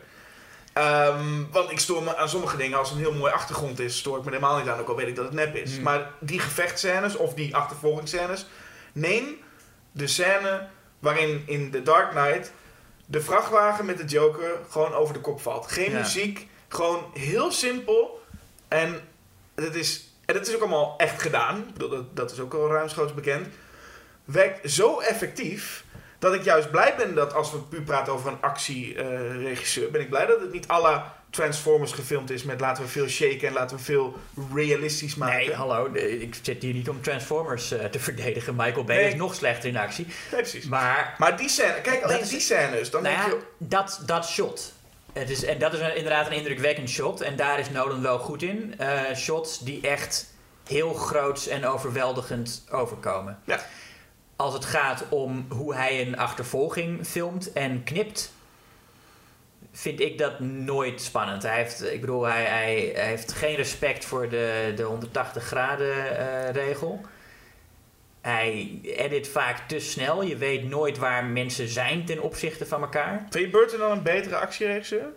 Want ik stoor me aan sommige dingen, als een heel mooi achtergrond is, stoor ik me helemaal niet aan, ook al weet ik dat het nep is. Maar die gevechtscènes of die achtervolgingsscènes, neem de scène waarin in The Dark Knight de vrachtwagen met de Joker gewoon over de kop valt. Geen muziek. Gewoon heel simpel. En dat is ook allemaal echt gedaan. Dat is ook al ruimschoots bekend. Werkt zo effectief dat ik juist blij ben dat als we puur praten over een actieregisseur, ben ik blij dat het niet à la Transformers gefilmd is met laten we veel shaken en laten we veel realistisch maken. Nee, hallo. Ik zit hier niet om Transformers te verdedigen. Michael Bay is nog slechter in actie. Nee, precies. Maar die scène, kijk alleen die scènes. Dan denk je... Dat shot. Dat is inderdaad een indrukwekkend shot. En daar is Nolan wel goed in. Shots die echt heel groots en overweldigend overkomen. Ja. Als het gaat om hoe hij een achtervolging filmt en knipt, vind ik dat nooit spannend. Hij heeft geen respect voor de 180 graden regel. Hij edit vaak te snel. Je weet nooit waar mensen zijn ten opzichte van elkaar. Vind je Burton dan een betere actieregisseur?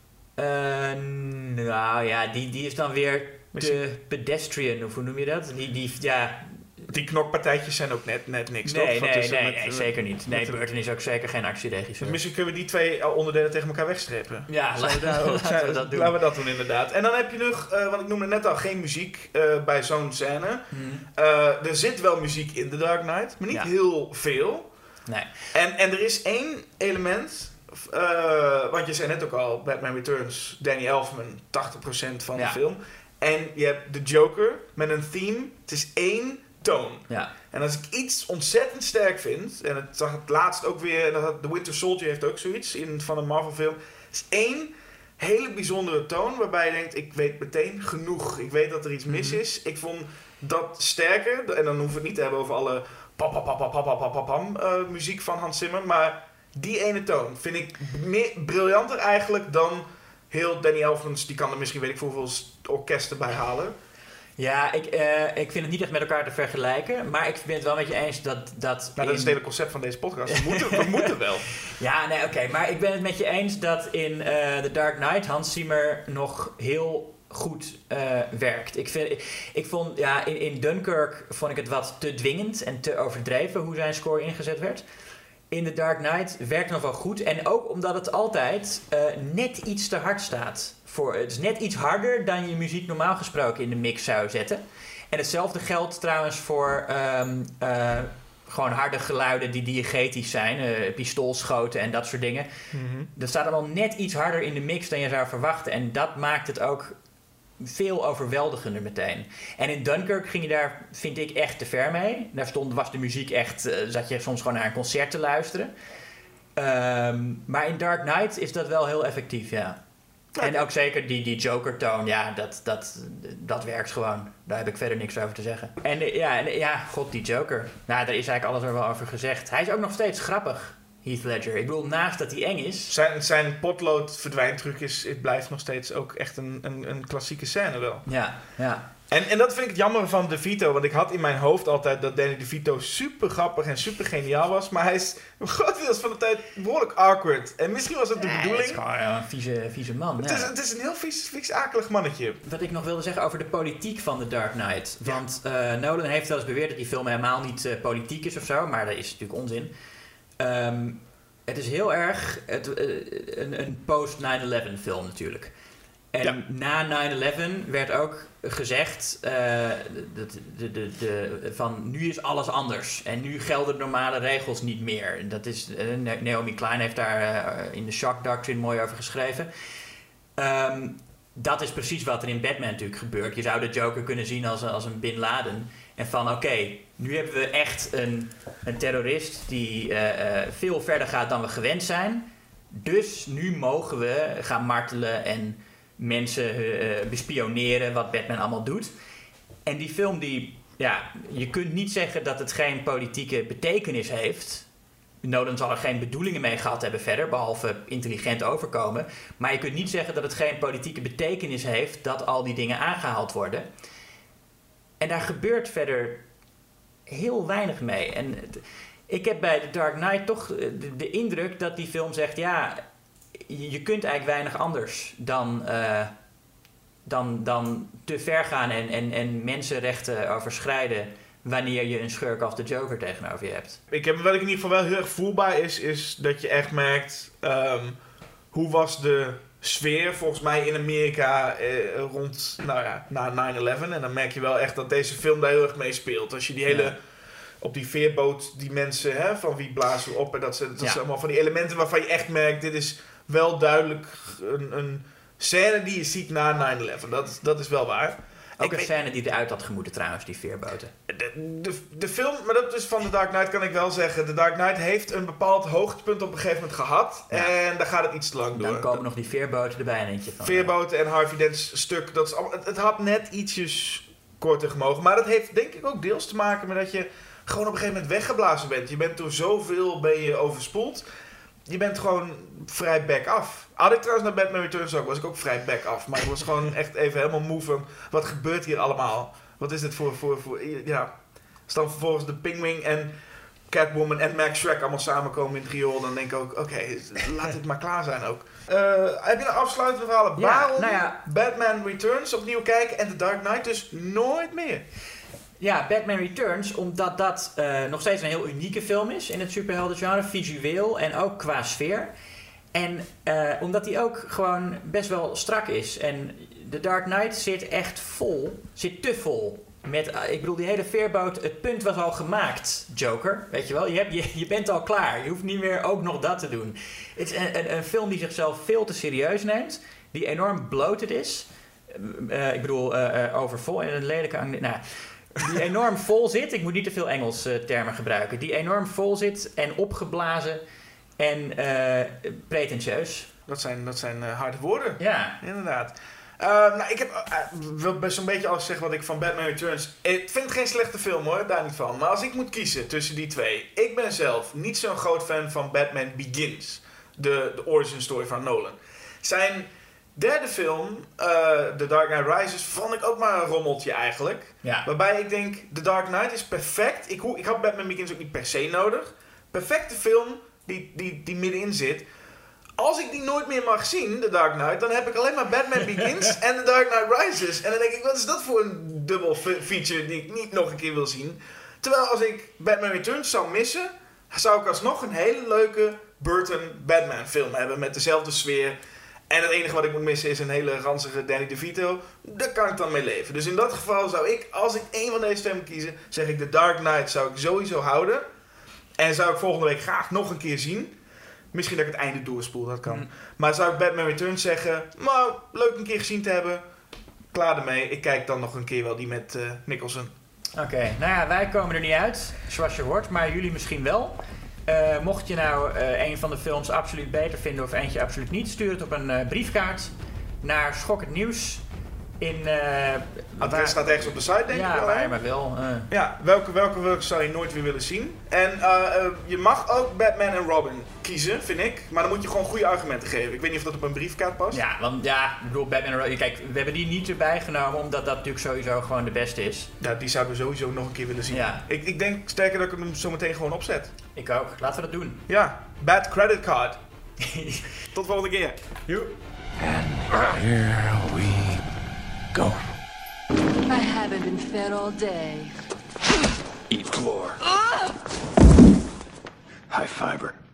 Nou ja, die is dan weer te pedestrian, of hoe noem je dat? Die knokpartijtjes zijn ook net niks, nee, toch? Nee, zeker niet. Nee, Burton is ook zeker geen actieregisseur. Dus misschien kunnen we die twee onderdelen tegen elkaar wegstrepen. Ja, laten we dat doen. Laten we dat doen, inderdaad. En dan heb je nog, want ik noemde net al, geen muziek bij zo'n scène. Er zit wel muziek in The Dark Knight, maar niet heel veel. Nee. En er is één element, want je zei net ook al, Batman Returns, Danny Elfman, 80% van de film. En je hebt de Joker met een theme. Het is één toon. Ja. En als ik iets ontzettend sterk vind, en het zag het laatst ook weer, The Winter Soldier heeft ook zoiets van een Marvel film, is één hele bijzondere toon waarbij je denkt, ik weet meteen genoeg. Ik weet dat er iets mis is. Ik vond dat sterker, en dan hoeven we het niet te hebben over alle muziek van Hans Zimmer, maar die ene toon vind ik briljanter eigenlijk dan heel Danny Elfmans, die kan er misschien weet ik hoeveel orkesten bij halen. Ja, ik vind het niet echt met elkaar te vergelijken. Maar ik ben het wel met je eens dat dat is het hele concept van deze podcast. We moeten wel. Ja, nee, oké. Maar ik ben het met je eens dat in The Dark Knight Hans Zimmer nog heel goed werkt. Ik vond, in Dunkirk vond ik het wat te dwingend en te overdreven hoe zijn score ingezet werd. In The Dark Knight werkt nog wel goed. En ook omdat het altijd net iets te hard staat. Het is net iets harder dan je muziek normaal gesproken in de mix zou zetten. En hetzelfde geldt trouwens voor gewoon harde geluiden die diegetisch zijn. Pistoolschoten en dat soort dingen. Mm-hmm. Dat staat allemaal net iets harder in de mix dan je zou verwachten. En dat maakt het ook veel overweldigender meteen. En in Dunkirk ging je daar, vind ik, echt te ver mee. Daar was de muziek echt, zat je soms gewoon naar een concert te luisteren. Maar in Dark Knight is dat wel heel effectief, ja. En ook zeker die Joker-toon, ja, dat werkt gewoon. Daar heb ik verder niks over te zeggen. En god, die Joker. Nou, daar is eigenlijk alles er wel over gezegd. Hij is ook nog steeds grappig. Heath Ledger. Ik bedoel, naast dat hij eng is... Zijn potlood verdwijntruc het blijft nog steeds ook echt een klassieke scène wel. Ja. En dat vind ik het jammer van DeVito. Want ik had in mijn hoofd altijd dat Danny DeVito super grappig en super geniaal was. Maar hij is grotendeels van de tijd behoorlijk awkward. En misschien was het de bedoeling. Het is gewoon een vieze man. Het is een heel vies akelig mannetje. Wat ik nog wilde zeggen over de politiek van The Dark Knight. Want Nolan heeft wel eens beweerd dat die film helemaal niet politiek is of zo. Maar dat is natuurlijk onzin. Het is heel erg een post-9/11 film natuurlijk. En na 9/11 werd ook gezegd van nu is alles anders. En nu gelden normale regels niet meer. Dat is, Naomi Klein heeft daar in de Shock Doctrine mooi over geschreven. Dat is precies wat er in Batman natuurlijk gebeurt. Je zou de Joker kunnen zien als een Bin Laden. En van oké, nu hebben we echt een terrorist die veel verder gaat dan we gewend zijn. Dus nu mogen we gaan martelen en mensen bespioneren wat Batman allemaal doet. En die film je kunt niet zeggen dat het geen politieke betekenis heeft. Nolan zal er geen bedoelingen mee gehad hebben verder, behalve intelligent overkomen. Maar je kunt niet zeggen dat het geen politieke betekenis heeft dat al die dingen aangehaald worden. En daar gebeurt verder heel weinig mee. En ik heb bij The Dark Knight toch de indruk dat die film zegt... je kunt eigenlijk weinig anders dan te ver gaan en mensenrechten overschrijden wanneer je een schurk als de Joker tegenover je hebt. Wat ik in ieder geval wel heel erg voelbaar is dat je echt merkt... hoe was de sfeer volgens mij in Amerika rond na 9/11. En dan merk je wel echt dat deze film daar heel erg mee speelt. Als je die hele... Op die veerboot, die mensen, van wie blazen we op. En dat zijn allemaal van die elementen waarvan je echt merkt... Dit is wel duidelijk een scène die je ziet na 9/11. Dat is wel waar. Ook een scène die eruit had gemoeten trouwens, die veerboten. De film, maar dat is van The Dark Knight kan ik wel zeggen. The Dark Knight heeft een bepaald hoogtepunt op een gegeven moment gehad. Ja. En daar gaat het iets te lang door. Dan komen nog die veerboten erbij een eentje van. Veerboten en Harvey Dent's stuk. Dat is allemaal, het had net ietsjes korter gemogen. Maar dat heeft denk ik ook deels te maken met dat je... gewoon op een gegeven moment weggeblazen bent. Je bent door zoveel overspoeld. Je bent gewoon vrij back af. Had ik trouwens naar Batman Returns ook, was ik ook vrij back af. Maar ik was gewoon echt even helemaal moe van... wat gebeurt hier allemaal? Wat is dit voor als dan vervolgens de Penguin en Catwoman en Max Schreck allemaal samenkomen in het riool... dan denk ik ook, oké, laat dit maar klaar zijn ook. Heb je een afsluitende verhalen? Waarom Batman Returns opnieuw kijken en The Dark Knight dus nooit meer? Ja, Batman Returns, omdat dat nog steeds een heel unieke film is in het superheldengenre, visueel en ook qua sfeer. En omdat die ook gewoon best wel strak is. En The Dark Knight zit echt vol, zit te vol. Ik bedoel, die hele veerboot, het punt was al gemaakt, Joker. Weet je wel, je bent al klaar. Je hoeft niet meer ook nog dat te doen. Het is een film die zichzelf veel te serieus neemt, die enorm bloated is. Ik bedoel, overvol en een lelijke... die enorm vol zit. Ik moet niet te veel Engels termen gebruiken. Die enorm vol zit en opgeblazen en pretentieus. Dat zijn harde woorden. Ja. Inderdaad. Ik wil best zo'n beetje alles zeggen wat ik van Batman Returns... Ik vind het geen slechte film hoor, daar niet van. Maar als ik moet kiezen tussen die twee... Ik ben zelf niet zo'n groot fan van Batman Begins. De origin story van Nolan. Zijn... derde film, The Dark Knight Rises, vond ik ook maar een rommeltje eigenlijk. Ja. Waarbij ik denk, The Dark Knight is perfect. Ik had Batman Begins ook niet per se nodig. Perfecte film die middenin zit. Als ik die nooit meer mag zien, The Dark Knight, dan heb ik alleen maar Batman Begins en The Dark Knight Rises. En dan denk ik, wat is dat voor een dubbel feature die ik niet nog een keer wil zien? Terwijl als ik Batman Returns zou missen, zou ik alsnog een hele leuke Burton Batman film hebben met dezelfde sfeer. En het enige wat ik moet missen is een hele ranzige Danny DeVito. Daar kan ik dan mee leven. Dus in dat geval zou ik, als ik één van deze twee moet kiezen, zeg ik The Dark Knight zou ik sowieso houden. En zou ik volgende week graag nog een keer zien. Misschien dat ik het einde doorspoel, dat kan. Maar zou ik Batman Returns zeggen, nou, leuk een keer gezien te hebben. Klaar ermee. Ik kijk dan nog een keer wel die met Nicholson. Oké, nou ja, wij komen er niet uit, zoals je hoort, maar jullie misschien wel. Mocht je nou een van de films absoluut beter vinden of eentje absoluut niet, stuur het op een briefkaart naar Schokkend Nieuws, Adres staat ergens op de site, denk ik wel. Ja, maar wel. Ja, welke zou je nooit weer willen zien? En je mag ook Batman en Robin kiezen, vind ik. Maar dan moet je gewoon goede argumenten geven. Ik weet niet of dat op een briefkaart past. Ja, want ik bedoel, Batman en Robin... Kijk, we hebben die niet erbij genomen, omdat dat natuurlijk sowieso gewoon de beste is. Ja, die zouden we sowieso nog een keer willen zien. Ja. Ik denk sterker dat ik hem zo meteen gewoon opzet. Ik ook. Laten we dat doen. Ja, Bat Credit Card. Tot volgende keer. Joe. And here we go. I haven't been fed all day. Eat floor. High fiber.